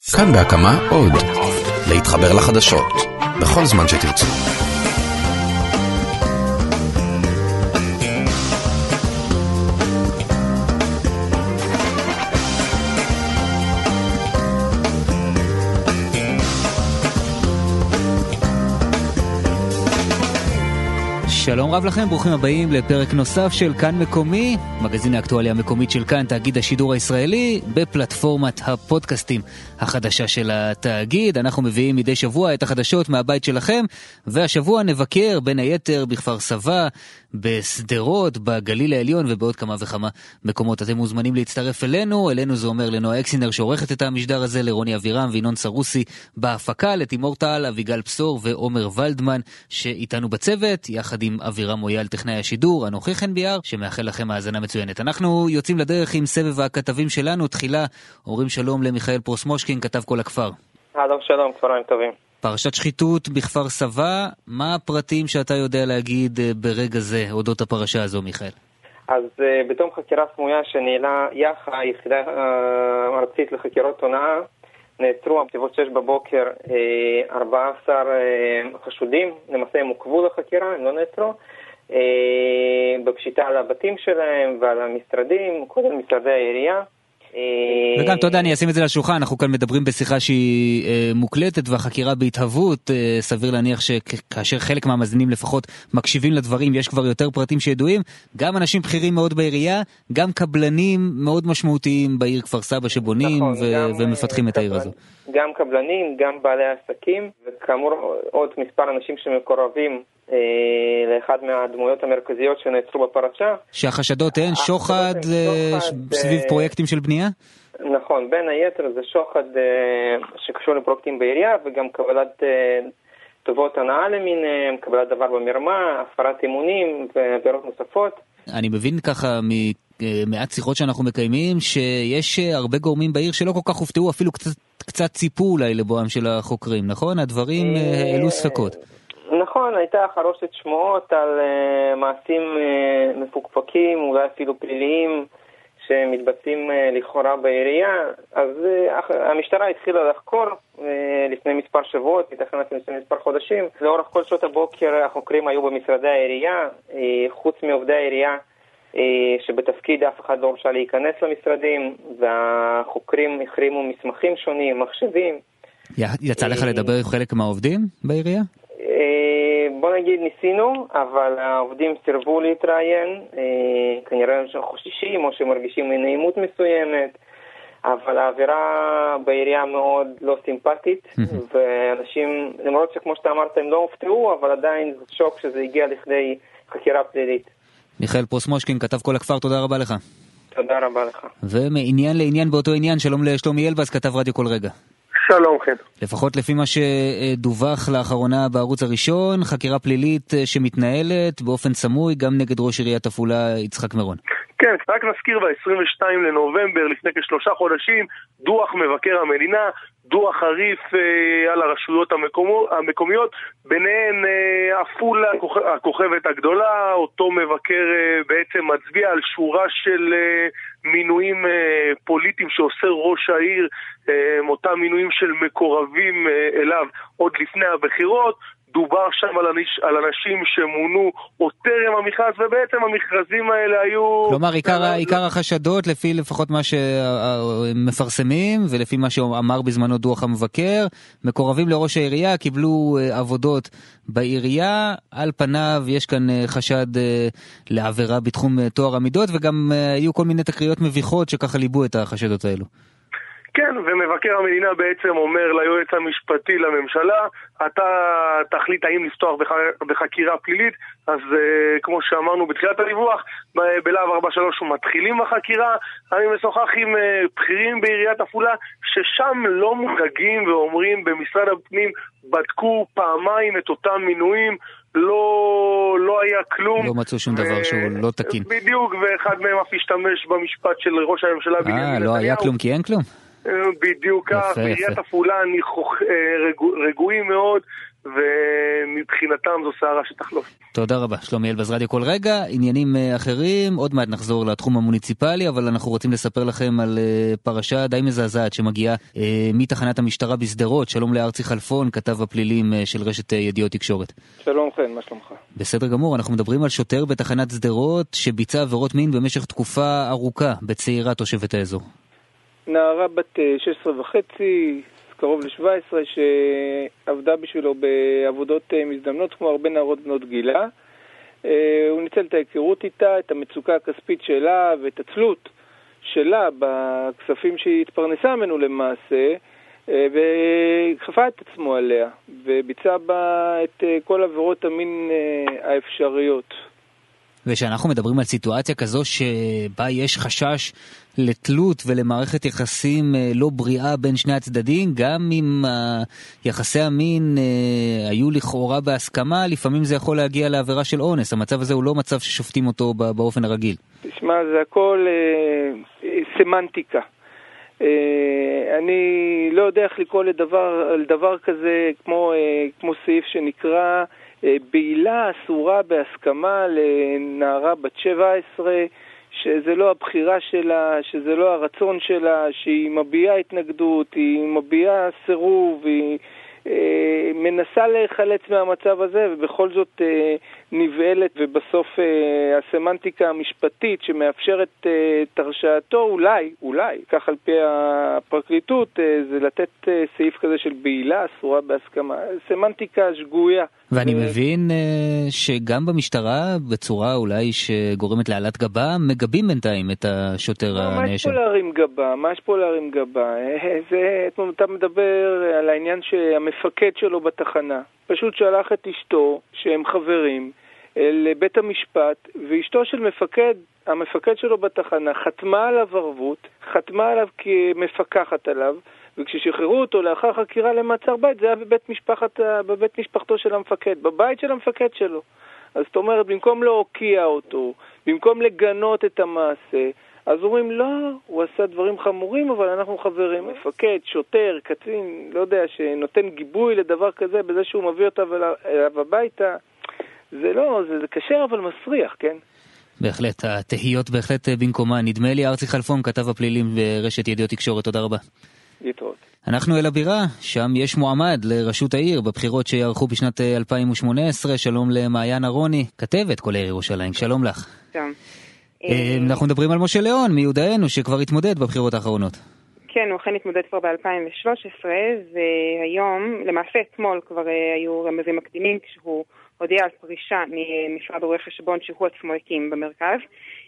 כאן בהקמה עוד. להתחבר לחדשות, בכל זמן שתרצו. שלום רב לכם, ברוכים הבאים לפרק נוסף של כאן מקומי, מגזין האקטואליה המקומית של כאן, תאגיד השידור הישראלי, בפלטפורמת הפודקאסטים החדשה של התאגיד. אנחנו מביאים מדי שבוע את החדשות מהבית שלכם, והשבוע נבקר בין היתר בכפר סבא, בסדרות, בגליל העליון ובעוד כמה וכמה מקומות. אתם מוזמנים להצטרף אלינו זה אומר לנועה אקסינר שעורכת את המשדר הזה, לרוני אבירם וינון סרוסי בהפקה, לתימור טל, אביגל פסור ועומר ולדמן שאיתנו בצוות, יחד עם אבירם מויאל טכנאי השידור, אנוכי חן ביאר, שמאחל לכם האזנה מצוינת. אנחנו יוצאים לדרך עם סבב הכתבים שלנו. תחילה אומרים שלום למיכאל פרוסמושקין, כתב כל הכפר. שלום, צהריים טובים. פרשת שחיתות בכפר סבא, מה הפרטים שאתה יודע להגיד ברגע זה אודות הפרשה הזו, מיכאל? אז בתום חקירה סמויה שניהלה יח"א, היחידה הארצית לחקירות הונאה, נעצרו בסביבות 6 בבוקר 14 חשודים, למעשה הם עוכבו לחקירה, הם לא נעצרו, בפשיטה על הבתים שלהם ועל המשרדים, קודם משרדי העירייה. וגם, אתה יודע, אני אשים את זה לשולחן, אנחנו כאן מדברים בשיחה שהיא מוקלטת והחקירה בהתהוות, סביר להניח שכאשר חלק מהמאזינים לפחות מקשיבים לדברים, יש כבר יותר פרטים שידועים, גם אנשים בכירים מאוד בעירייה, גם קבלנים מאוד משמעותיים בעיר כפר סבא שבונים ומפתחים את העיר הזו. גם קבלנים, גם בעלי עסקים, וכאמור עוד מספר אנשים שמקורבים לאחד מהדמויות המרכזיות שנעצרו בפרשה. שהחשדות הן שוחד סביב פרויקטים של בנייה? נכון, בין היתר זה שוחד שקשור לפרויקטים בעירייה, וגם קבלת טובות הנאה למיניהם, קבלת דבר במרמה, הפרת אמונים ועבירות נוספות. אני מבין ככה מעט שיחות שאנחנו מקיימים, שיש הרבה גורמים בעיר שלא כל כך הופתעו, אפילו קצת ציפו אולי לבואם של החוקרים, נכון? הדברים העלו ספקות. נכון, הייתה חרושת שמועות על מעשים מפוקפקים, אולי אפילו פליליים, שמתבצעים לכאורה בעירייה. אז המשטרה התחילה לחקור לפני מספר שבועות, ייתכן לפני מספר חודשים. לאורך כל שעות הבוקר החוקרים היו במשרדי העירייה, חוץ מעובדי העירייה שבתפקיד אף אחד לא רצה להיכנס למשרדים, והחוקרים החרימו מסמכים שונים, מחשבים. יצא לך לדבר עם חלק מהעובדים בעירייה? בוא נגיד ניסינו, אבל העובדים סירבו להתראיין, כנראה שהם חוששים או שמרגישים נעימות מסוימת, אבל האווירה בעירייה מאוד לא סימפטית, ואנשים, למרות שכמו שאתה אמרת, הם לא הופתעו, אבל עדיין זה שוק שזה הגיע לכדי חקירה פלילית. מיכאל פרוסמושקין, כתב כל הכפר, תודה רבה לך. תודה רבה לך. ומעניין לעניין באותו עניין, שלום לשלומי אלבז, כתב רדיו כל רגע. שלום כן. לפחות לפי מה שדווח לאחרונה בערוץ הראשון, חקירה פלילית שמתנהלת באופן סמוי גם נגד ראש עיריית עפולה יצחק מירון. כן, רק נזכיר ב-22 לנובמבר לפני כ3 חודשים, דוח מבקר המדינה, דוח חריף על הרשויות המקומיות, ביניהן עפולה הכוכבת הגדולה. אותו מבקר בעצם מצביע על שורה של מינויים פוליטיים שעושה ראש העיר, אותם מינויים של מקורבים אליו עוד לפני הבחירות. דובר שם על אנשים שמונו או טרם המכרז, ובעצם המכרזים האלה היו... כלומר, עיקר החשדות, לפי לפחות מה שמפרסמים, ולפי מה שאמר בזמנו דוח המבקר, מקורבים לראש העירייה, קיבלו עבודות בעירייה, על פניו יש כאן חשד לעבירה בתחום טוהר המידות, וגם היו כל מיני תקריות מביכות שככה ליבו את החשדות האלו. כן, ומבקר המדינה בעצם אומר ליועץ המשפטי לממשלה, אתה תחליט האם לפתוח בחקירה פלילית. אז כמו שאמרנו בתחילת הדיווח, בלהב 43 מתחילים בחקירה. אני משוחח עם בכירים בעיריית עפולה, ששם לא מודאגים ואומרים במשרד הפנים, בדקו פעמיים את אותם מינויים, לא היה כלום. לא מצאו שום דבר שהוא לא תקין. בדיוק, ואחד מהם אף השתמש במשפט של ראש הממשלה בנימין נתניהו. לא היה כלום כי אין כלום? בדיוק כך, בעיריית עפולה רגועים מאוד, ומבחינתם זו סערה שתחלוף. תודה רבה, שלומי אלבז, רדיו כל רגע. עניינים אחרים, עוד מעט נחזור לתחום המוניציפלי, אבל אנחנו רוצים לספר לכם על פרשה די מזעזעת שמגיעה מתחנת המשטרה בשדרות. שלום לארצי חלפון, כתב הפלילים של רשת ידיעות תקשורת. שלום חן, מה שלומך? בסדר גמור, אנחנו מדברים על שוטר בתחנת שדרות שביצע עבירות מין במשך תקופה ארוכה בצעירה תושבת האזור. נערה בת 16.5, קרוב ל-17, שעבדה בשבילו בעבודות מזדמנות, כמו הרבה נערות בנות גילה. הוא ניצל את ההיכרות איתה, את המצוקה הכספית שלה ואת התלות שלה בכספים שהיא התפרנסה ממנו למעשה, וחפה את עצמו עליה, וביצע בה את כל עבירות המין האפשריות. ושאנחנו מדברים על סיטואציה כזו שבה יש חשש לתלות ולמערכת יחסים לא בריאה בין שני הצדדים, גם אם יחסי המין היו לכאורה בהסכמה, לפעמים זה יכול להגיע לעבירה של אונס. המצב הזה הוא לא מצב ששופטים אותו באופן הרגיל. תשמע, זה הכל סמנטיקה. אני לא יודע איך לקרוא לדבר כזה כמו סעיף שנקרא בעילה אסורה בהסכמה לנערה בת 17, שזה לא הבחירה שלה, שזה לא הרצון שלה, שהיא מביעה התנגדות, היא מביעה סירוב, היא מנסה להיחלץ מהמצב הזה, ובכל זאת נבעלת, ובסוף הסמנטיקה המשפטית שמאפשרת את הרשעתו, אולי, כך על פי הפרקליטות, זה לתת סעיף כזה של בעילה אסורה בהסכמה. סמנטיקה שגויה. ואני מבין שגם במשטרה, בצורה אולי שגורמת להעלת גבה, מגבים בינתיים את השוטר הנאשם. מה יש פה להרים גבה? אתה מדבר על העניין שהמפקד שלו בתחנה פשוט שלח את אשתו, שהם חברים, לבית המשפט, ואשתו של המפקד שלו בתחנה חתמה עליו ערבות, חתמה עליו כמפקחת עליו, וכששחררו אותו לאחר חקירה למעצר בית, זה היה בבית משפחתו של המפקד, בבית של המפקד שלו. אז זאת אומרת, במקום להוקיע אותו, במקום לגנות את המעשה, אז אומרים, לא, הוא עשה דברים חמורים, אבל אנחנו חברים. מפקד, שוטר, קצין, לא יודע, שנותן גיבוי לדבר כזה, בזה שהוא מביא אותה אליו הביתה, זה לא, זה קשה אבל מסריח, כן? בהחלט, התהיות בהחלט במקומה. נדמה לי, ארצי חלפון, כתב הפלילים ברשת ידיעות תקשורת. תודה רבה. להתראות. אנחנו אל הבירה, שם יש מועמד לראשות העיר בבחירות שיערכו בשנת 2018. שלום למעיין ארוני, כתבת כל העיר ירושלים. שלום לך. שלום. אנחנו מדברים על משה ליאון מיודענו שכבר התמודד בבחירות האחרונות. כן, הוא אכן התמודד כבר ב-2013, והיום, למעשה אתמול כבר היו רמזים מקדימים כשהוא הודיע על פרישה ממשרד רואי חשבון שהוא עצמו הקים במרכז,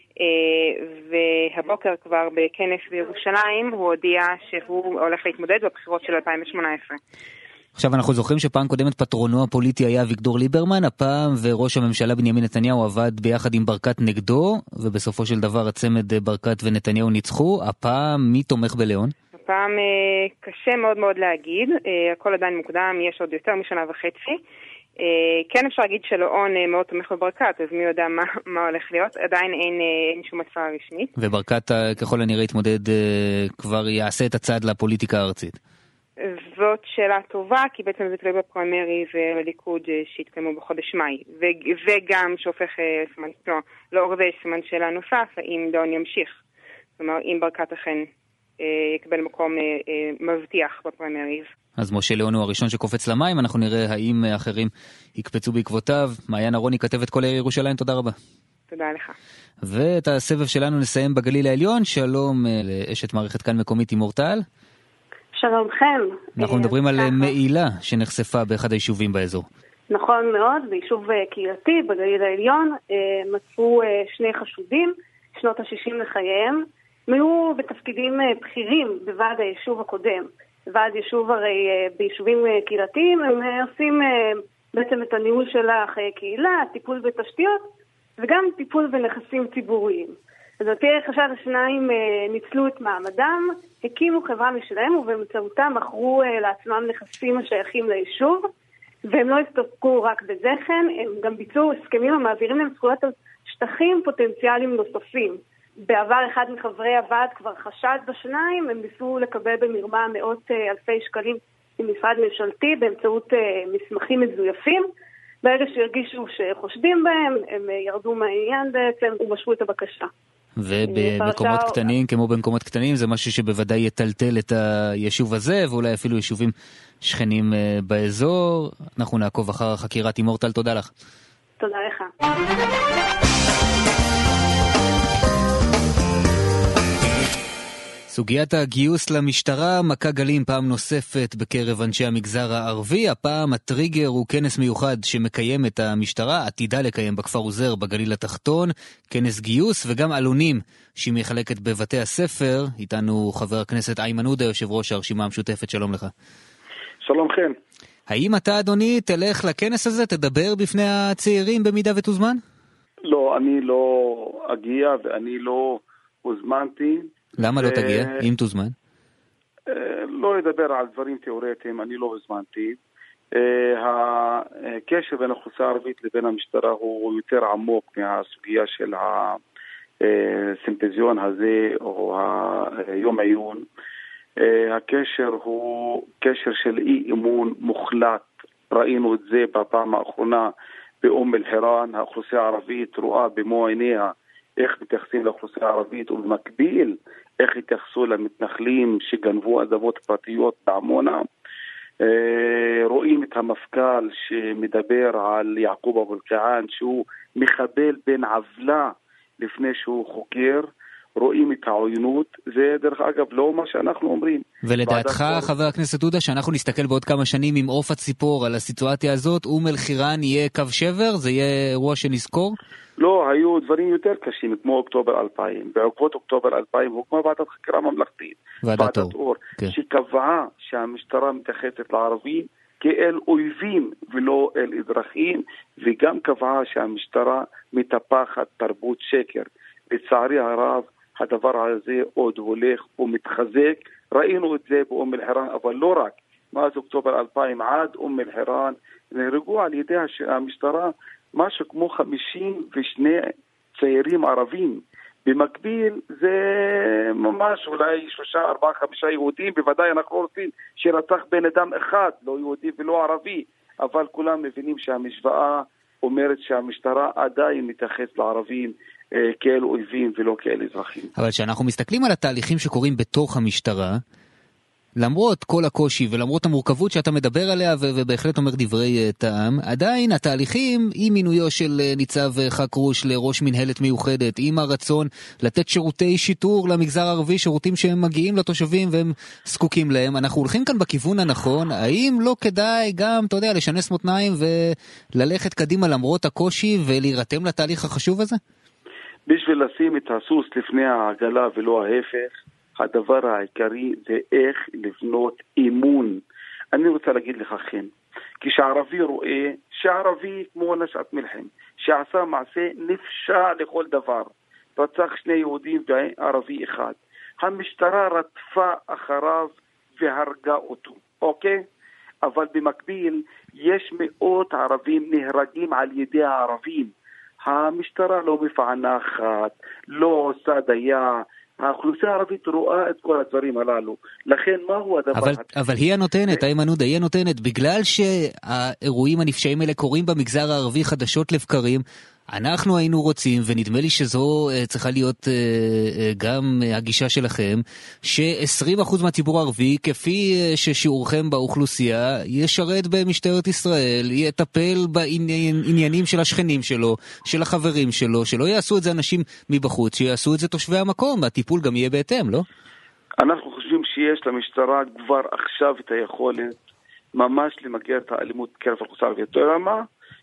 והבוקר כבר בכנס בירושלים הוא הודיע שהוא הולך להתמודד בבחירות של 2018. עכשיו אנחנו זוכרים שפעם קודמת פטרונו הפוליטי היה אביגדור ליברמן, הפעם וראש הממשלה בנימין נתניהו עבד ביחד עם ברקת נגדו, ובסופו של דבר הצמד ברקת ונתניהו ניצחו. הפעם מי תומך בליאון? הפעם קשה מאוד מאוד להגיד, הכל עדיין מוקדם, יש עוד יותר משנה וחצי. כן אפשר להגיד שליאון מאוד תומך בברקת, אז מי יודע מה הולך להיות, עדיין אין שום הצעה רשמית. וברקת ככל הנראה התמודד, כבר יעשה את הצעד לפוליטיקה הארצית. זאת שאלה טובה, כי בעצם זה תלוי בפריימריז לליכוד שהתקיימו בחודש מאי, וגם שהופך לאור זה סימן שאלה נוסף, האם ליאון ימשיך. זאת אומרת, אם ברקת אכן יקבל מקום מבטיח בפריימריז. אז משה ליאון הוא הראשון שקופץ למים, אנחנו נראה האם אחרים יקפצו בעקבותיו. מעיין ארוני, כתבת כל העיר ירושלים, תודה רבה. תודה לך. ואת הסבב שלנו נסיים בגליל העליון. שלום לאשת מערכת כאן מקומית עם אורטל. שלומכם. אנחנו מדברים על מעילה שנחשפה באחד היישובים באזור. נכון מאוד, ביישוב קהילתי בגליל העליון מצאו שני חשודים, שנות ה-60 לחייהם, הם היו בתפקידים בכירים בוועד היישוב הקודם. ועד יישוב הרי ביישובים קהילתיים הם עושים בעצם את הניהול של החיי קהילה, טיפול בתשתיות וגם טיפול בנכסים ציבוריים. אז על פי חשד השניים ניצלו את מעמדם, הקימו חברה משלהם ובאמצעותם מכרו לעצמם נכסים השייכים ליישוב, והם לא הסתפקו רק בזה כן, הם גם ביצעו הסכמים המעבירים להם זכויות על שטחים פוטנציאליים נוספים בעבר אחד מחברי הוועד כבר חשד בשניים, הם ניסו לקבל במרמה מאות אלפי שקלים ממשרד ממשלתי באמצעות מסמכים מזויפים. ברגע שהרגישו שחושדים בהם, הם ירדו מהעניין בעצם ומשכו את הבקשה. ובמקומות קטנים, כמו במקומות קטנים, זה משהו שבוודאי יטלטל את היישוב הזה, ואולי אפילו יישובים שכנים באזור. אנחנו נעקוב אחר החקירה. תימור טל, תודה לך. תודה לך. סוגיית הגיוס למשטרה מכה גלים פעם נוספת בקרב אנשי המגזר הערבי. הפעם הטריגר הוא כנס מיוחד שמקיים את המשטרה, עתידה לקיים בכפר עוזר בגליל התחתון, כנס גיוס וגם עלונים שהיא מחלקת בבתי הספר. איתנו חבר הכנסת איימן עודה, יושב ראש הרשימה המשותפת. שלום לך. שלום לכם. האם אתה, אדוני, תלך לכנס הזה, תדבר בפני הצעירים במידה ותוזמן? לא, אני לא אגיע ואני לא הוזמנתי. למה לא תגיע, אם תוזמן? לא לדבר על דברים תיאורטיים, אני לא הוזמנתי. הקשר בין האוכלוסייה הערבית לבין המשטרה הוא יותר עמוק מהסוגיה של הסימפוזיון הזה או היום עיון. הקשר הוא קשר של אי אמון מוחלט. ראינו את זה בפעם האחרונה באום אל-חיראן. האוכלוסייה הערבית רואה במו עיניה איך מתייחסים לאוכלוסייה הערבית, ובמקביל איך התייחסו למתנחלים שגנבו אדמות פרטיות בעמונה. רואים את המפכ"ל שמדבר על יעקוב אבו אלקיעאן שהוא מחבל בין עוולה לפני שהוא חוקר. רואים את העוינות, זה דרך אגב לא מה שאנחנו אומרים. ולדעתך, חבר הכנסת עודה, שאנחנו נסתכל בעוד כמה שנים עם עוף הציפור על הסיטואציה הזאת, אום אל-חיראן יהיה קו שבר? זה יהיה אירוע שנזכור? לא, היו דברים יותר קשים, כמו אוקטובר 2000. בעקבות אוקטובר 2000 הוקמה ועדת חקירה ממלכתית. ועדת אור. כן. שקבעה שהמשטרה מתייחסת לערבים כאל אויבים ולא אל אזרחים, וגם קבעה שהמשטרה מטפחת תרבות שקר. לצערי הרב, הדבר הזה עוד הולך ומתחזק. ראינו את זה באום אל-חיראן, אבל לא רק. מאז אוקטובר 2000 עד אום אל-חיראן נהרגו על ידי המשטרה משהו כמו 52 צעירים ערבים. במקביל זה ממש אולי 3, 4, 5 יהודים. בוודאי אנחנו רוצים שרצח בן אדם אחד, לא יהודי ולא ערבי. אבל כולם מבינים שהמשוואה אומרת שהמשטרה עדיין מתייחסת לערבים כאל אויבים ולא כאל אזרחים. אבל כשאנחנו מסתכלים על התהליכים שקורים בתוך המשטרה, למרות כל הקושי ולמרות המורכבות שאתה מדבר עליה ובהחלט אומר דברי טעם, עדיין התהליכים עם מינויו של ניצב חכרוש לראש מנהלת מיוחדת, עם הרצון לתת שירותי שיטור למגזר הערבי, שירותים שהם מגיעים לתושבים והם זקוקים להם, אנחנו הולכים כאן בכיוון הנכון. האם לא כדאי גם, אתה יודע, לשנס מותניים וללכת קדימה למרות הקושי ולהירתם לתהליך החשוב הזה? בשביל לשים את הסוס לפני העגלה ולא ההפך, הדבר העיקרי זה איך לבנות אמון. אני רוצה להגיד לך כן, כשערבי רואה שערבי כמו נשאת מלחם, שעשה מעשה נפשע לכל דבר, רצח 2 יהודים וערבי אחד, המשטרה רדפה אחריו והרגה אותו, אוקיי? אבל במקביל יש מאות ערבים נהרגים על ידי הערבים. המשטרה לא מפענחת, לא עושה דייה. האוכלוסייה הערבית רואה את כל הדברים הללו. לכן מהו הדבר? אבל היא הנותנת, איימן עודה, היא הנותנת. בגלל שהאירועים הנפשעים האלה קורים במגזר הערבי חדשות לבקרים, אנחנו היינו רוצים, ונדמה לי שזו צריכה להיות גם הגישה שלכם, ש20% מהציבור הערבי, כפי ששיעורכם באוכלוסייה, ישרת במשטרת ישראל, יטפל בעניינים של השכנים שלו, של החברים שלו, שלא יעשו את זה אנשים מבחוץ, שיעשו את זה תושבי המקום, הטיפול גם יהיה בהתאם, לא? אנחנו חושבים שיש למשטרה כבר עכשיו את היכולת ממש למגר את האלימות בקרב האוכלוסייה הערבית. אתה יודע מה?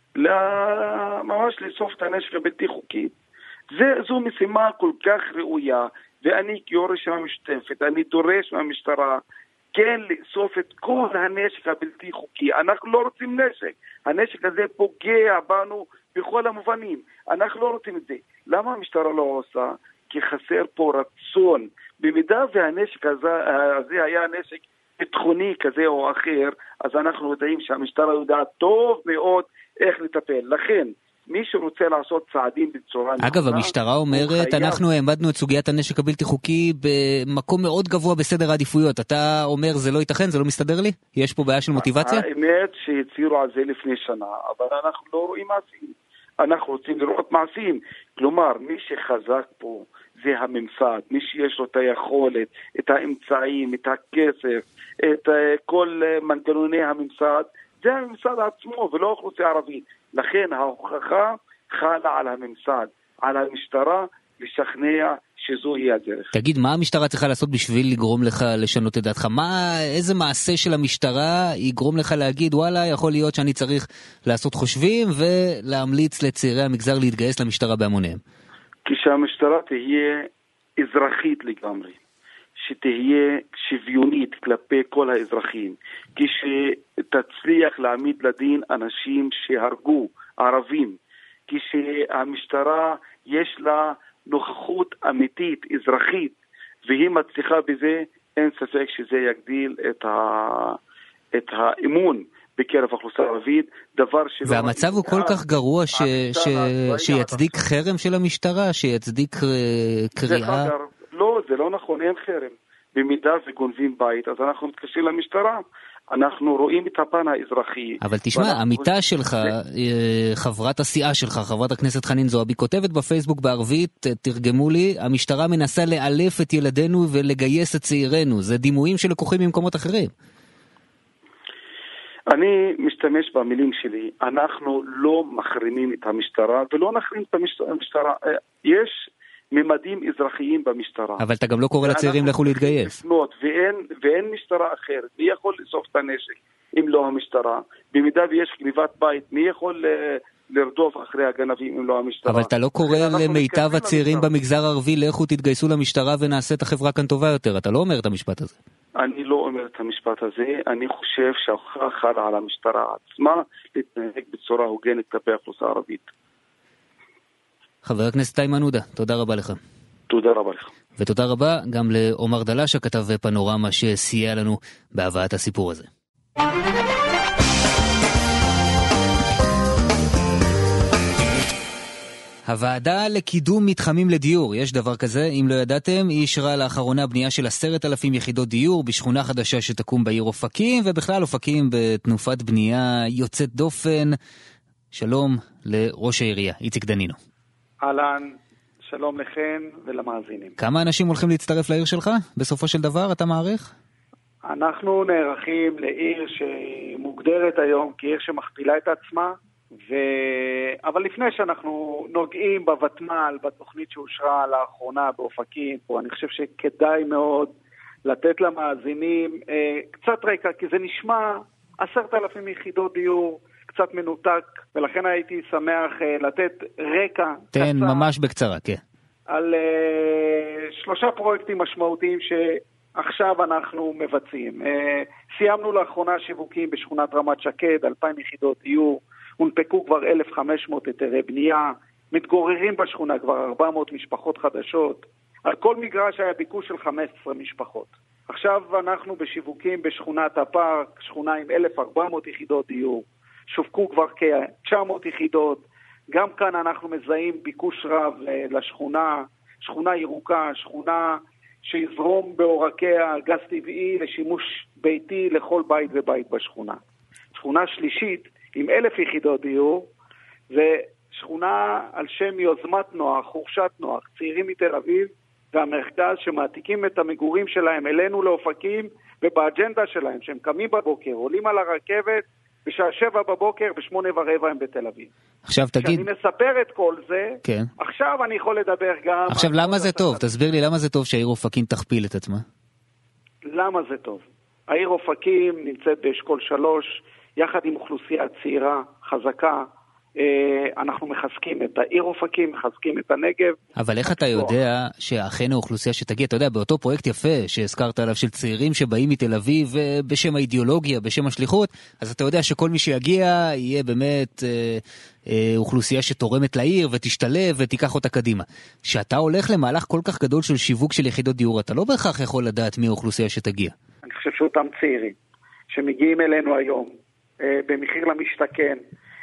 ממש לאסוף את הנשק הבלתי חוקי. זו משימה כל כך ראויה, ואני כיורש המשותפת, אני דורש מהמשטרה כן לאסוף את כל הנשק הבלתי חוקי. אנחנו לא רוצים נשק. הנשק הזה פוגע בנו בכל המובנים. אנחנו לא רוצים את זה. למה המשטרה לא עושה? כי חסר פה רצון. במידה והנשק הזה היה נשק ביטחוני כזה או אחר, אז אנחנו יודעים שהמשטרה יודעת טוב מאוד איך לטפל. לכן, מי שרוצה לעשות צעדים בצורה נכונה... אגב, המשטרה אומרת, אנחנו העמדנו את סוגיית הנשק הבלתי חוקי במקום מאוד גבוה בסדר העדיפויות. אתה אומר, זה לא ייתכן, זה לא מסתדר לי? יש פה בעיה של מוטיבציה? האמת שהצהירו על זה לפני שנה, אבל אנחנו לא רואים מעשים. אנחנו רוצים לראות מעשים. כלומר, מי שחזק פה זה הממסד, מי שיש לו את היכולת, את האמצעים, את הכסף, את כל מנגנוני הממסד, זה הממסד עצמו ולא אוכלוסייה ערבית. לכן ההוכחה חלה על הממסד, על המשטרה, לשכנע שזוהי הדרך. תגיד, מה המשטרה צריכה לעשות בשביל לגרום לך לשנות את דעתך? איזה מעשה של המשטרה יגרום לך להגיד, וואלה, יכול להיות שאני צריך לעשות חושבים ולהמליץ לצעירי המגזר להתגייס למשטרה בהמוניהם? כשהמשטרה תהיה אזרחית לגמרי, שתהיה שוויונית כלפי כל האזרחים, כשתצליח להעמיד לדין אנשים שהרגו ערבים, כשהמשטרה יש לה נוכחות אמיתית, אזרחית, והיא מצליחה בזה, אין ספק שזה יגדיל את האמון בקרב האוכלוסייה הערבית, דבר שלא... והמצב הוא כל כך גרוע שיצדיק חרם של המשטרה, שיצדיק קריאה... לא, זה לא נכון, אין חרם. במידה וגונבים בית, אז אנחנו מתקשרים למשטרה. אנחנו רואים את הפן האזרחי. אבל תשמע, המיטה שלך, חברת הסיעה שלך, חברת הכנסת חנין זועבי, כותבת בפייסבוק בערבית, תרגמו לי, המשטרה מנסה לאלף את ילדינו ולגייס את צעירינו. זה דימויים שלקוחים ממקומות אחרים. אני משתמש במילים שלי. אנחנו לא מחרימים את המשטרה, ולא נחרים את המשטרה. יש ממדים אזרחיים במשטרה. אבל אתה גם לא קורא לצעירים לכו להתגייס. ואין משטרה אחרת. מי יכול לאסוף את הנשק אם לא המשטרה? במידה ויש גניבת בית, מי יכול לרדוף אחרי הגנבים אם לא המשטרה? אבל אתה לא קורא למיטב הצעירים במגזר הערבי, לכו תתגייסו למשטרה ונעשה את החברה כאן טובה יותר. אתה לא אומר את המשפט הזה. אני לא אומר את המשפט הזה. אני חושב שההוכחה חלה על המשטרה עצמה להתנהג בצורה הוגנת כלפי האוכלוסייה הערבית. חבר הכנסת איימן עודה, תודה רבה לך. תודה רבה לך. ותודה רבה גם לעומר דלש, הכתב פנורמה שסייע לנו בהבאת הסיפור הזה. הוועדה לקידום מתחמים לדיור, יש דבר כזה, אם לא ידעתם, היא אישרה לאחרונה בנייה של 10,000 יחידות דיור בשכונה חדשה שתקום בעיר אופקים, ובכלל אופקים בתנופת בנייה יוצאת דופן. שלום לראש העירייה, איציק דנינו. אהלן, שלום לכם ולמאזינים. כמה אנשים הולכים להצטרף לעיר שלך בסופו של דבר, אתה מעריך? אנחנו נערכים לעיר שמוגדרת היום כעיר שמכפילה את עצמה, אבל לפני שאנחנו נוגעים בוותמ"ל, בתוכנית שאושרה לאחרונה באופקים, פה אני חושב שכדאי מאוד לתת למאזינים קצת רקע, כי זה נשמע 10,000 יחידות דיור, קצת מנותק, ולכן הייתי שמח לתת רקע תן קצר ממש בקצרה, כן. על 3 פרויקטים משמעותיים שעכשיו אנחנו מבצעים. סיימנו לאחרונה שיווקים בשכונת רמת שקד, 2,000 יחידות דיור, הונפקו כבר 1,500 היתרי בנייה, מתגוררים בשכונה כבר 400 משפחות חדשות, על כל מגרש היה ביקוש של 15 משפחות. עכשיו אנחנו בשיווקים בשכונת הפארק, שכונה עם 1,400 יחידות דיור, שווקו כבר כ-900 יחידות, גם כאן אנחנו מזהים ביקוש רב לשכונה, שכונה ירוקה, שכונה שיזרום בעורקיה גז טבעי לשימוש ביתי לכל בית ובית בשכונה. שכונה שלישית עם 1,000 יחידות דיור, זה שכונה על שם יוזמת נוח, חורשת נוח, צעירים מתל אביב והמרכז שמעתיקים את המגורים שלהם אלינו לאופקים, ובאג'נדה שלהם שהם קמים בבוקר, עולים על הרכבת, בשעה 7 בבוקר, ב8:15 הם בתל אביב. עכשיו תגיד... כשאני מספר את כל זה, כן. עכשיו אני יכול לדבר גם... עכשיו למה זה טוב? תסביר לי למה זה טוב שהעיר אופקים תכפיל את עצמה. למה זה טוב? העיר אופקים נמצאת באשכול 3, יחד עם אוכלוסייה צעירה, חזקה, אנחנו מחזקים את העיר אופקים, מחזקים את הנגב. אבל איך אתה יודע שאכן האוכלוסייה שתגיע, אתה יודע, באותו פרויקט יפה שהזכרת עליו של צעירים שבאים מתל אביב בשם האידיאולוגיה, בשם השליחות, אז אתה יודע שכל מי שיגיע יהיה באמת אוכלוסייה שתורמת לעיר ותשתלב ותיקח אותה קדימה. שאתה הולך למהלך כל כך גדול של שיווק של יחידות דיור, אתה לא בהכרח יכול לדעת מי האוכלוסייה שתגיע. אני חושב שאותם צעירים שמגיעים אלינו היום במחיר למשתכן,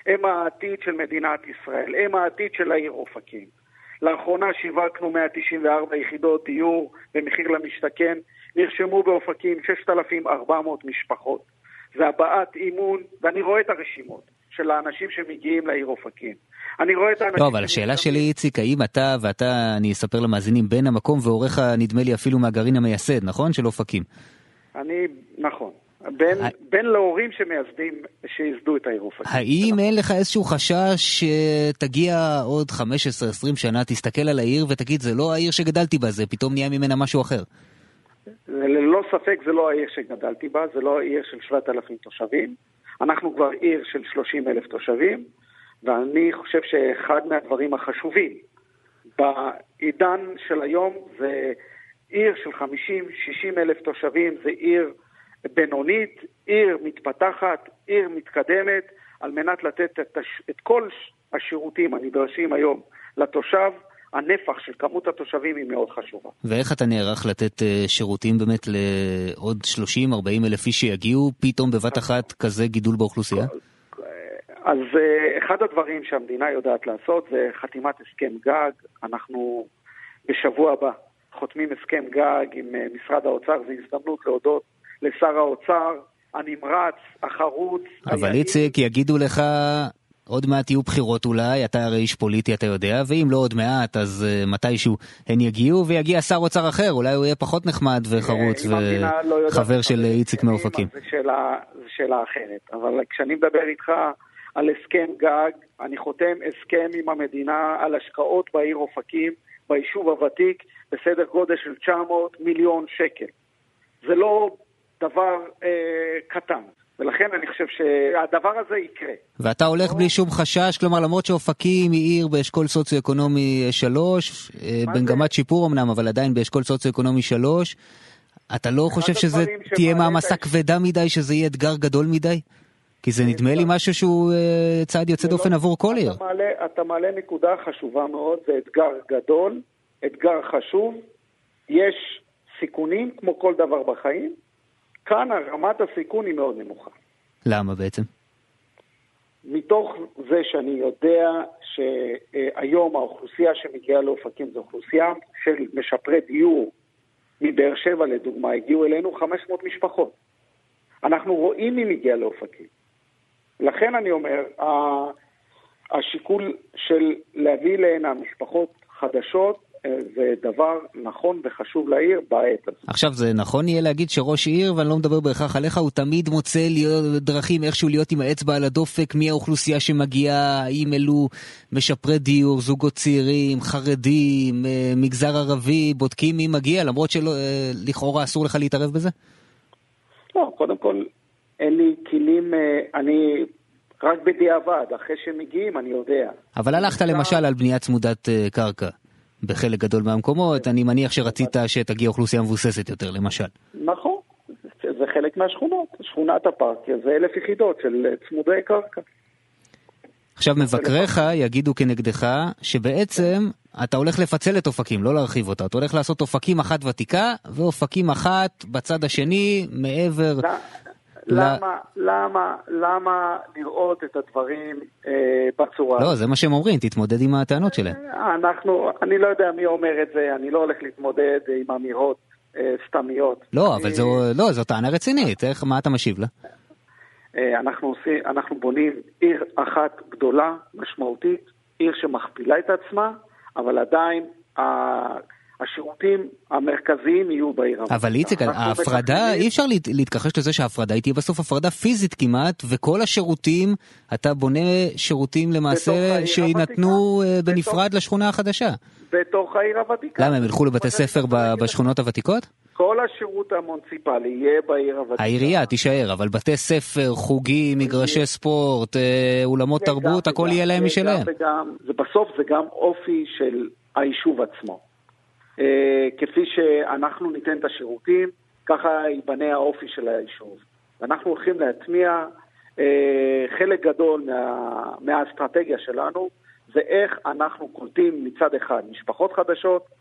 הם העתיד של מדינת ישראל, הם העתיד של העיר אופקים. לאחרונה שיווקנו 194 יחידות דיור במחיר למשתכן, נרשמו באופקים 6,400 משפחות. זה הבעת אימון, ואני רואה את הרשימות של האנשים שמגיעים לעיר אופקים. אני רואה את האנשים... לא, אבל השאלה שלי, איציק, האם אתה ואתה, אני אספר למאזינים, בין המקום ועורך נדמה לי אפילו מהגרעין המייסד, נכון? של אופקים. נכון. בין להורים שמייסדים, שיסדו את העיר אופקים. האם אין לך איזשהו חשש שתגיע עוד 15-20 שנה, תסתכל על העיר ותגיד, זה לא העיר שגדלתי בה, זה פתאום נהיה ממנה משהו אחר? ללא ספק זה לא העיר שגדלתי בה, זה לא העיר של 7,000 תושבים. אנחנו כבר עיר של 30,000 תושבים, ואני חושב שאחד מהדברים החשובים בעידן של היום זה עיר של 50-60 אלף תושבים, זה עיר בינונית, עיר מתפתחת, עיר מתקדמת, על מנת לתת את כל השירותים הנדרשים היום לתושב. הנפח של כמות התושבים היא מאוד חשובה. ואיך אתה נערך לתת שירותים באמת לעוד 30-40 אלף איש שיגיעו פתאום בבת אחת כזה גידול באוכלוסייה? אז אחד הדברים שהמדינה יודעת לעשות זה חתימת הסכם גג. אנחנו בשבוע הבא חותמים הסכם גג עם משרד האוצר. זו הזדמנות להודות לשר האוצר הנמרץ, החרוץ. אבל איציק, יגידו לך... עוד מעט יהיו בחירות אולי, אתה הרי איש פוליטי, אתה יודע, ואם לא עוד מעט, אז מתישהו הן יגיעו, ויגיע שר אוצר אחר, אולי הוא יהיה פחות נחמד וחרוץ וחבר של איציק מאופקים. זו שאלה אחרת, אבל כשאני מדבר איתך על הסכם גג, אני חותם הסכם עם המדינה על השקעות בעיר אופקים, ביישוב הוותיק, בסדר גודל של 900 מיליון שקל. זה לא דבר קטן. ולכן אני חושב שהדבר הזה יקרה. ואתה הולך בלי שום חשש, כלומר למרות שאופקים היא עיר באשכול סוציו-אקונומי 3, במגמת שיפור אמנם, אבל עדיין באשכול סוציו-אקונומי 3, אתה לא חושב שזה תהיה מעמסה כבדה מדי, שזה יהיה אתגר גדול מדי? כי זה נדמה לי משהו שהוא צעד יוצא דופן עבור כל עיר. אתה מעלה נקודה חשובה מאוד, זה אתגר גדול, אתגר חשוב, יש סיכונים כמו כל דבר בחיים, כאן רמת הסיכון היא מאוד נמוכה. למה בעצם? מתוך זה שאני יודע שהיום האוכלוסייה שמגיעה לאופקים זו אוכלוסייה של משפרי דיור. מבאר שבע לדוגמה הגיעו אלינו 500 משפחות. אנחנו רואים מי מגיע לאופקים. לכן אני אומר, השיקול של להביא להנה משפחות חדשות זה דבר נכון וחשוב לעיר בעת הזאת. עכשיו זה נכון יהיה להגיד שראש עיר, ואני לא מדבר בהכרח עליך, הוא תמיד מוצא דרכים איכשהו להיות עם האצבע על הדופק, מי האוכלוסייה שמגיעה, האם אלו משפרי דיור, זוגות צעירים, חרדים, מגזר ערבי, בודקים מי מגיע, למרות שלכאורה אסור לך להתערב בזה? לא, קודם כל אין לי כלים, אני רק בדיעבד, אחרי שמגיעים אני יודע. אבל הלכת למשל על בנייה צמודת קרקע. בחלק גדול מהמקומות, אני מניח שרצית שתגיע אוכלוסייה מבוססת יותר, למשל. נכון, זה חלק מהשכונות. שכונת הפארק, זה 1,000 יחידות של צמודי קרקע. עכשיו מבקריך יגידו כנגדך שבעצם אתה הולך לפצל את אופקים, לא להרחיב אותה. אתה הולך לעשות אופקים אחת ותיקה, ואופקים אחת בצד השני, מעבר... למה לראות את הדברים בצורה? לא, זה מה שהם אומרים, תתמודד עם הטענות שלהם. אני לא יודע מי אומר את זה, אני לא הולך להתמודד עם אמירות סתמיות. לא, אבל זו טענה רצינית, מה אתה משיב לה? אנחנו בונים עיר אחת גדולה, משמעותית, עיר שמכפילה את עצמה, אבל עדיין השירותים המרכזיים יהיו בעיר. אבל איציק, ההפרדה, אי אפשר להתכחש לזה שההפרדה היא תהיה בסוף הפרדה פיזית כמעט, וכל השירותים, אתה בונה שירותים למעשה שיינתנו בנפרד לשכונה החדשה. בתוך העיר הוותיקה. למה, הם ילכו לבתי ספר בשכונות הוותיקות? כל השירות המוניציפלי יהיה בעיר הוותיקה. העירייה תישאר, אבל בתי ספר, חוגים, מגרשי ספורט, אולמות תרבות, הכל יהיה להם משלהם. בסוף זה גם אופי של היישוב עצמו. כפי שאנחנו ניתן את השירותים, ככה ייבנה האופי של היישוב. ואנחנו הולכים להטמיע חלק גדול מהאסטרטגיה שלנו, זה איך אנחנו קולטים מצד אחד משפחות חדשות,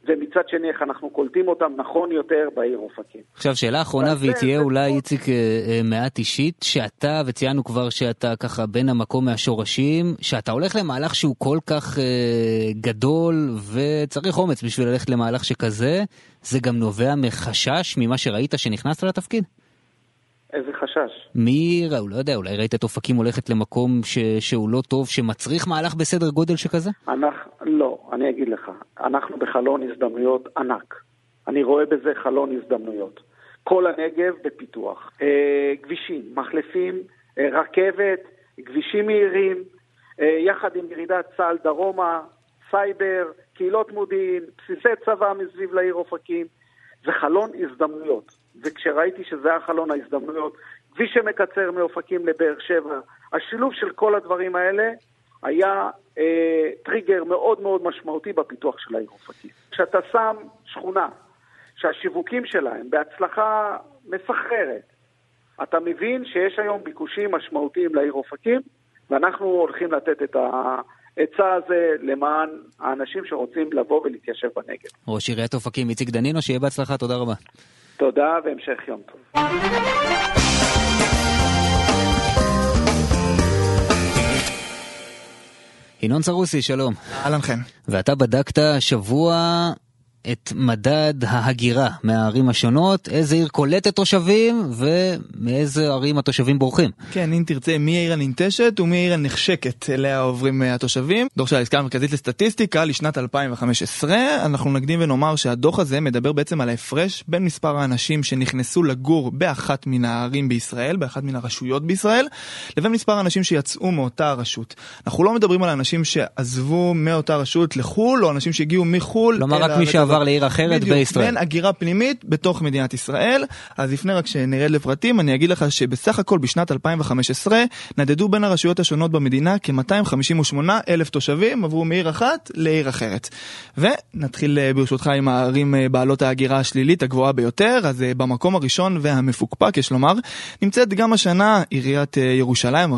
ומצד שני איך אנחנו קולטים אותם נכון יותר בעיר אופקים. עכשיו שאלה אחרונה והיא תהיה אולי איציק מעט אישית, שאתה וציינו כבר שאתה ככה בין המקום מהשורשים, שאתה הולך למהלך שהוא כל כך גדול וצריך אומץ בשביל ללכת למהלך שכזה, זה גם נובע מחשש ממה שראית שנכנסת לתפקיד? איזה חשש? מי, לא יודע, אולי ראית את אופקים הולכת למקום שהוא לא טוב, שמצריך מהלך בסדר גודל שכזה? לא, אני אגיד לך, אנחנו בחלון הזדמנויות ענק. אני רואה בזה חלון הזדמנויות. כל הנגב בפיתוח. כבישים, מחלפים, רכבת, כבישים מהירים, יחד עם ירידת צה"ל דרומה, סייבר, קהילות מודיעין, בסיסי צבא מסביב לעיר אופקים. זה חלון הזדמנויות. וכשראיתי שזה היה חלון ההזדמנויות, כביש שמקצר מאופקים לבאר שבע, השילוב של כל הדברים האלה היה טריגר מאוד מאוד משמעותי בפיתוח של העיר אופקים. כשאתה שם שכונה שהשיווקים שלהם בהצלחה מסחררת, אתה מבין שיש היום ביקושים משמעותיים לעיר אופקים, ואנחנו הולכים לתת את העצה הזה למען האנשים שרוצים לבוא ולהתיישב בנגב. ראש עיריית אופקים איציק דנינו, שיהיה בהצלחה, תודה רבה. תודה והמשך יום טוב. ינון סרוסי, שלום. אהלן חן. ואתה בדקת שבוע את מדד ההגירה מהערים השונות, איזה עיר קולטת תושבים ומאיזה ערים התושבים בורחים. כן, אם תרצה, מי העיר הננטשת ומי העיר הנחשקת אליה עוברים התושבים. דוח של הלשכה המרכזית לסטטיסטיקה לשנת 2015, אנחנו נקדים ונאמר שהדוח הזה מדבר בעצם על ההפרש בין מספר האנשים שנכנסו לגור באחת מן הערים בישראל, באחת מן הרשויות בישראל, לבין מספר האנשים שיצאו מאותה הרשות. אנחנו לא מדברים על אנשים שעזבו מאותה רשות לחול, או אנשים שהגיעו מחול. לא רק מי שעבר לעיר אחרת בישראל. בין הגירה פנימית בתוך מדינת ישראל. אז לפני רק שנרד לפרטים, אני אגיד לך שבסך הכל בשנת 2015 נדדו בין הרשויות השונות במדינה כ-258,000 תושבים, עברו מעיר אחת לעיר אחרת. ונתחיל ברשותך עם הערים בעלות ההגירה השלילית הגבוהה ביותר. אז במקום הראשון והמפוקפק, יש לומר, נמצאת גם השנה עיריית ירושלים,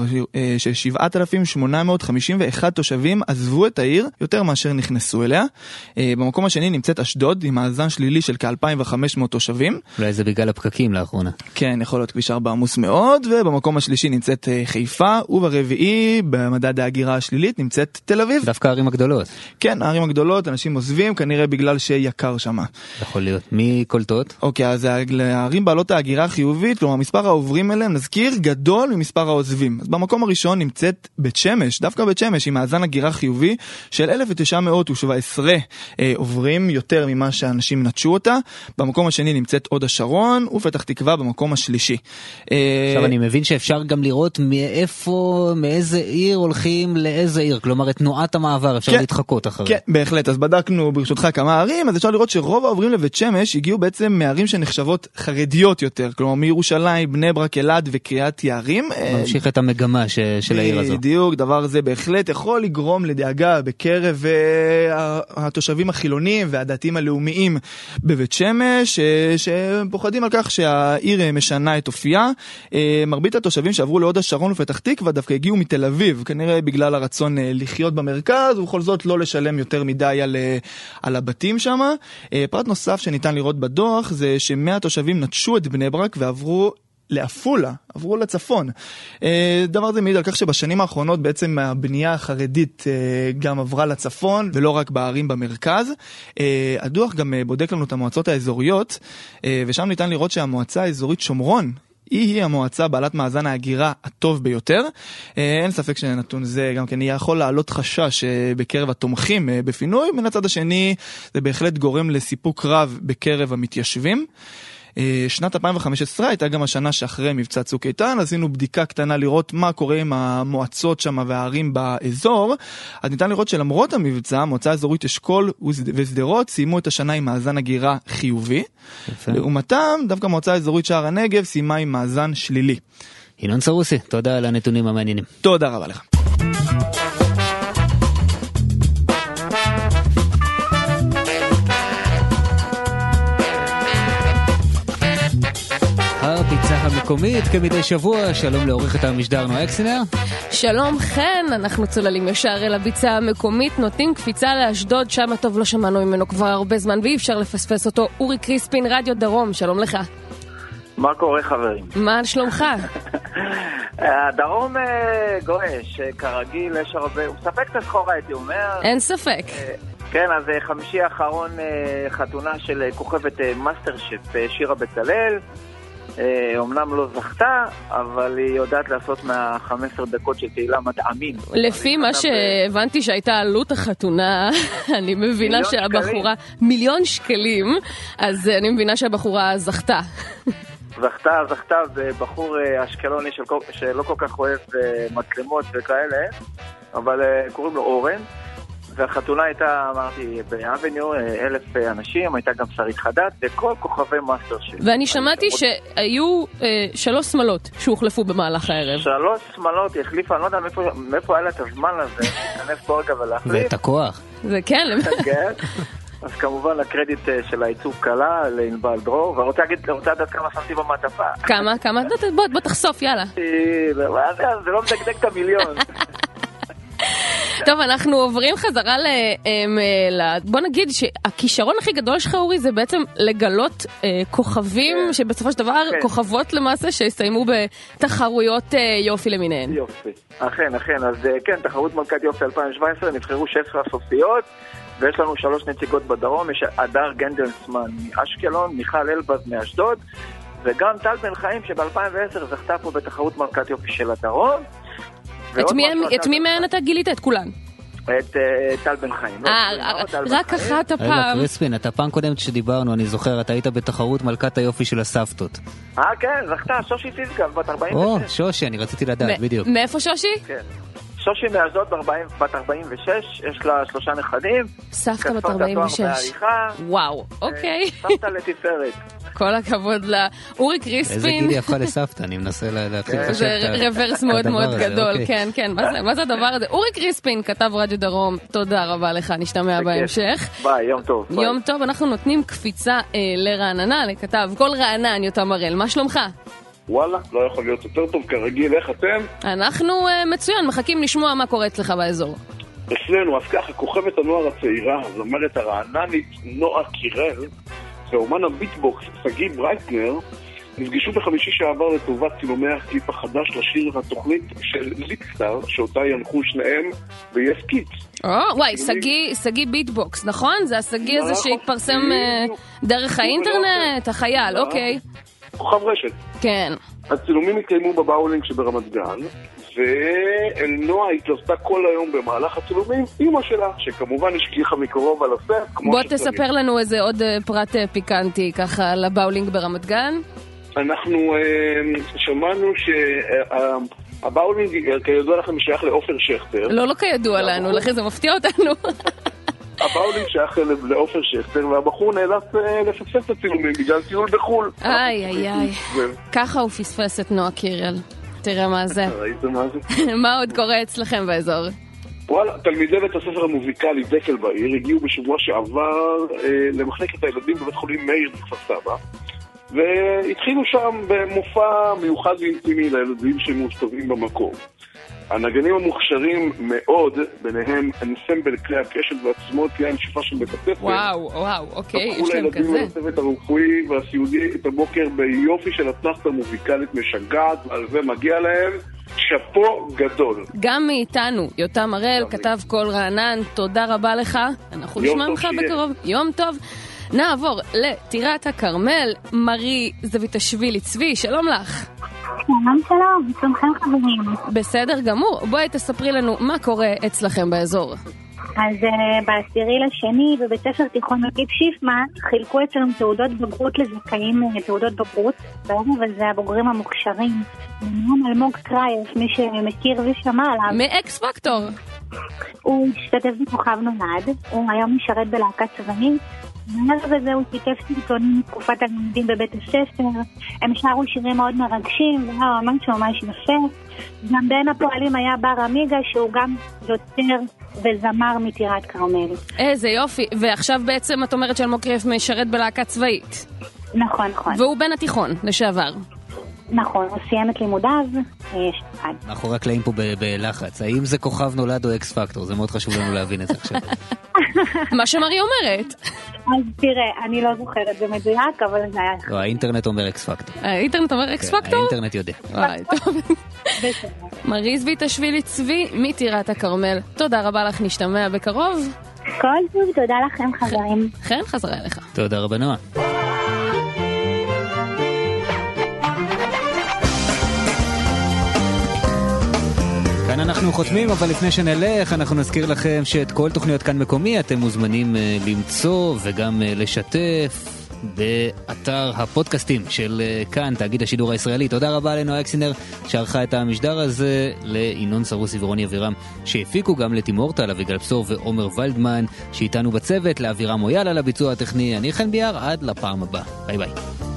ש7,851 תושבים עזבו את העיר, יותר מאשר נכנסו אליה. במקום השני נמצאת אשדוד, עם מאזן שלילי של כ-2,500 תושבים. אולי זה בגלל הפקקים לאחרונה. כן, יכול להיות כביש 4 עמוס מאוד, ובמקום השלישי נמצאת חיפה, וברביעי, במדד ההגירה השלילית, נמצאת תל אביב. דווקא הערים הגדולות. כן, הערים הגדולות, אנשים עוזבים, כנראה בגלל שיקר שמה. יכול להיות. מי קולטות? אוקיי, אז הערים בעלות ההגירה החיובית, כלומר, מספר העוברים אליהם, נזכיר, גדול ממספר העוזבים. אז במקום הראשון נמצאת בית שמש, דווקא בית שמש, עם מאזן הגירה חיובי של 1,917 עוברים, יותר ממה שאנשים נטשו אותה. במקום השני נמצאת עוד השרון, ופתח תקווה במקום השלישי. עכשיו אני מבין שאפשר גם לראות מאיזה עיר הולכים לאיזה עיר, כלומר את תנועת המעבר אפשר להתחקות אחרי. כן, בהחלט. אז בדקנו ברשותך כמה ערים, אז אפשר לראות שרוב העוברים לבית שמש הגיעו בעצם מערים שנחשבות חרדיות יותר, כלומר מירושלים, בני ברק, אלעד וקריית יערים. ממשיך את המגמה של העיר הזו. בדיוק, דבר זה בהחלט יכול לגרום לדאגה בקרב התושבים החילונים והדתיים הלאומיים בבית שמש, שפוחדים על כך שהעיר משנה את אופייה. מרבית התושבים שעברו לעוד השרון ופתח תקווה דווקא הגיעו מתל אביב, כנראה בגלל הרצון לחיות במרכז, ובכל זאת לא לשלם יותר מדי על הבתים שם. פרט נוסף שניתן לראות בדוח, זה ש100 תושבים נטשו את בני ברק ועברו לאפולה, עברו לצפון. דבר זה מעיד על כך שבשנים האחרונות בעצם הבנייה החרדית גם עברה לצפון, ולא רק בערים במרכז. הדוח גם בודק לנו את המועצות האזוריות, ושם ניתן לראות שהמועצה האזורית שומרון, היא המועצה בעלת מאזן ההגירה הטוב ביותר. אין ספק שנתון זה גם כן יכול לעלות חשש בקרב התומכים בפינוי, מן הצד השני זה בהחלט גורם לסיפוק רב בקרב המתיישבים. שנת 2015 הייתה גם השנה שאחרי מבצע צוק איתן, עשינו בדיקה קטנה לראות מה קורה עם המועצות שם והערים באזור. אז ניתן לראות שלמרות המבצע, המועצה האזורית אשכול וסדרות סיימו את השנה עם מאזן הגירה חיובי. לעומתם, דווקא המועצה האזורית שער הנגב סיימה עם מאזן שלילי. ינון סרוסי, תודה על הנתונים המעניינים. תודה רבה לך. הפיצה המקומית המקומית כמדי שבוע. שלום לעורכת המשדר נועה אקסינר. שלום חן, אנחנו צוללים ישר אל הביצה המקומית, נותנים קפיצה לאשדוד, שם הטוב לא שמענו ממנו כבר הרבה זמן ואי אפשר לפספס אותו. אורי קריספין, רדיו דרום, שלום לך. מה קורה חברים? מה שלומך? הדרום גועש, כרגיל יש הרבה, הוא מספק את הסחורה הייתי אומר. אין ספק. כן, אז חמישי האחרון חתונה של כוכבת מאסטר שף שירה בצלאל. אומנם לא זכתה, אבל היא יודעת לעשות מה-15 דקות של תהילה מטעמים. לפי מה שהבנתי שהייתה עלות החתונה, אני מבינה שהבחורה, מיליון שקלים, אז אני מבינה שהבחורה זכתה. זכתה בבחור אשקלוני שלא כל כך אוהב מצלמות וכאלה, אבל קוראים לו אורן. והחתונה הייתה, אמרתי, באבניו, 1,000 אנשים, הייתה גם שרית חדד, וכל כוכבי מאסטר שף. ואני שמעתי שהיו 3 שמלות שהוחלפו במהלך הערב. 3 שמלות החליפה, אני לא יודע מאיפה היה לה את הזמן הזה, להיכנס פה רגע ולהחליף. ואת הכוח. זה כן. אז כמובן הקרדיט של העיצוב קלה לענבל דרור, ורוצה לדעת כמה שמתי במעטפה. כמה? בוא תחשוף, יאללה. זה לא מדקדק את המיליון. טוב, אנחנו עוברים חזרה בוא נגיד שהכישרון הכי גדול שלך, אורי, זה בעצם לגלות כוכבים, שבסופו של דבר כוכבות למעשה שהסתיימו בתחרויות יופי למיניהן. יופי, אכן, אז כן, תחרות מלכת יופי 2017, נבחרו 16 סופיות, ויש לנו 3 נציגות בדרום, יש אדר גנדלסמן מאשקלון, מיכל אלבז מאשדוד, וגם טל בן חיים שב-2010 זכתה פה בתחרות מלכת יופי של הדרום. את מי מהן אתה גילית? את כולן? את טל בן חיים. רק אחת הפעם. רגע, קריספין, אתה פעם קודמת שדיברנו, אני זוכר, אתה היית בתחרות מלכת היופי של הסבתות. כן, זכתה, שושי פיסקל, בת 46. שושי, אני רציתי לדעת, בדיוק. מאיפה שושי? כן. שושי מאשדוד, בת 46, יש לה 3 נכדים. סבתא בת 46. וואו, אוקיי. סבתא לתפארת. כל הכבוד לאורי קריספין. איזה גיל יפה לסבתא, אני מנסה להתחיל לחשב את הדבר הזה. זה רוורס מאוד מאוד גדול, כן, מה זה הדבר הזה? אורי קריספין, כתב רדיו דרום, תודה רבה לך, נשתמע בהמשך. ביי, יום טוב. יום טוב, אנחנו נותנים קפיצה לרעננה, לכתב כל רענן יותם הראל, מה שלומך? וואלה, לא יכול להיות יותר טוב כרגיל, איך אתם? אנחנו מצוין, מחכים לשמוע מה קורה אצלך באזור. אצלנו, אז ככה, כוכבת הנוער הצעירה, זמרת הרעננית נועה קירל, ואומן הביטבוקס סגי ברייטנר נפגשו בחמישי שעבר לטובת צילומי הקליפ החדש לשיר התוכנית של ליפסטאר, שאותה ינחו שניהם ביס קיטס. וואי, סגי ביטבוקס, נכון? זה הסגי הזה שהתפרסם דרך האינטרנט, החייל, אוקיי. כוכב רשת. כן. הצילומים התקיימו בבאולינג שברמת גן, ואלנועה התלוותה כל היום במהלך הצילומים אמא שלה, שכמובן השגיחה מקרוב על הסט. בוא תספר לנו איזה עוד פרט פיקנטי ככה לבאולינג ברמת גן. אנחנו שמענו שהבאולינג כידוע לכם שייך לאופר שכטר. לא כידוע לנו, לכן זה מפתיע אותנו. הבאולינג שייך לאופר שכטר, והבחור נאלץ לפספס את הצילומים בגלל טיול בחול. איי, ככה הוא פספס את נועה קירל. תראה מה זה. מה עוד קורה אצלכם באזור? וואלה, תלמידי בית הספר המוזיקלי דקל בעיר הגיעו בשבוע שעבר למחלקת הילדים בבית חולים מאיר בכפר סבא, והתחילו שם במופע מיוחד ואינטימי לילדים שמאושפזים במקום. הנגנים המוכשרים מאוד, ביניהם אנסמבל כלי הקשת ועצמות כלי הנשיפה של בית הספר. וואו, אוקיי, יש להם כזה. הפכו לילדים לצוות הרפואי והסיעודי את הבוקר ביופי של אתנחתא מוזיקלית משגעת, ועל זה מגיע להם שפו גדול. גם מאיתנו, יותם הראל, כתב קול רענן, תודה רבה לך. אנחנו נשמע ממך בקרוב. יום טוב. נעבור לטירת הכרמל, מרי זביטשווילי צבי, שלום לך. שלום, שלומכם חברים. בסדר גמור, בואי תספרי לנו מה קורה אצלכם באזור. אז ב10/2 בבית ספר תיכון מקיף שיפמן חילקו אצלנו תעודות בגרות לזכאים, תעודות בגרות, בערב הזה הבוגרים המוכשרים, מנהום אלמוג קרייף, מי שמכיר ושמע עליו. מאקס פקטור. הוא השתתף בכוכב נולד, הוא היום משרת בלהקה צבאית, בערב הזה הוא שיתף סרטונים מתקופת הלימודים בבית הספר, הם שרו שירים מאוד מרגשים, והיה ממש יפה. גם בין הפועלים היה בר אמיגה, שהוא גם יוצר וזמר מטירת כרמל. איזה יופי, ועכשיו בעצם את אומרת שאלמוג קרייף משרת בלהקה צבאית. נכון. והוא בן התיכון לשעבר. נכון, הוא סיים את לימודיו, יש אחד. מאחורי הקלעים פה בלחץ. האם זה כוכב נולד או אקס פקטור? זה מאוד חשוב לנו להבין את זה עכשיו. מה שמרי אומרת. אז תראה, אני לא זוכרת במדויק, אבל זה היה... לא, האינטרנט אומר אקס פקטור. האינטרנט אומר אקס פקטור? האינטרנט יודע. מריז ויטשווילי צבי מטירת הכרמל. תודה רבה לך, נשתמע בקרוב. כל טוב, תודה לכם חברים. חן חזרה אליך. תודה רבה נועה. כאן אנחנו חותמים, אבל לפני שנלך אנחנו נזכיר לכם שאת כל תוכניות כאן מקומי אתם מוזמנים למצוא וגם לשתף באתר הפודקאסטים של כאן, תאגיד השידור הישראלי. תודה רבה לנועה אקסינר שערכה את המשדר הזה, לאינון סרוסי ורוני אבירם שהפיקו, גם לתימורטה, לאביגל בשור ועומר ולדמן שאיתנו בצוות, לאבירם מויאל על הביצוע הטכני. אני חן ביאר, עד לפעם הבא. ביי ביי.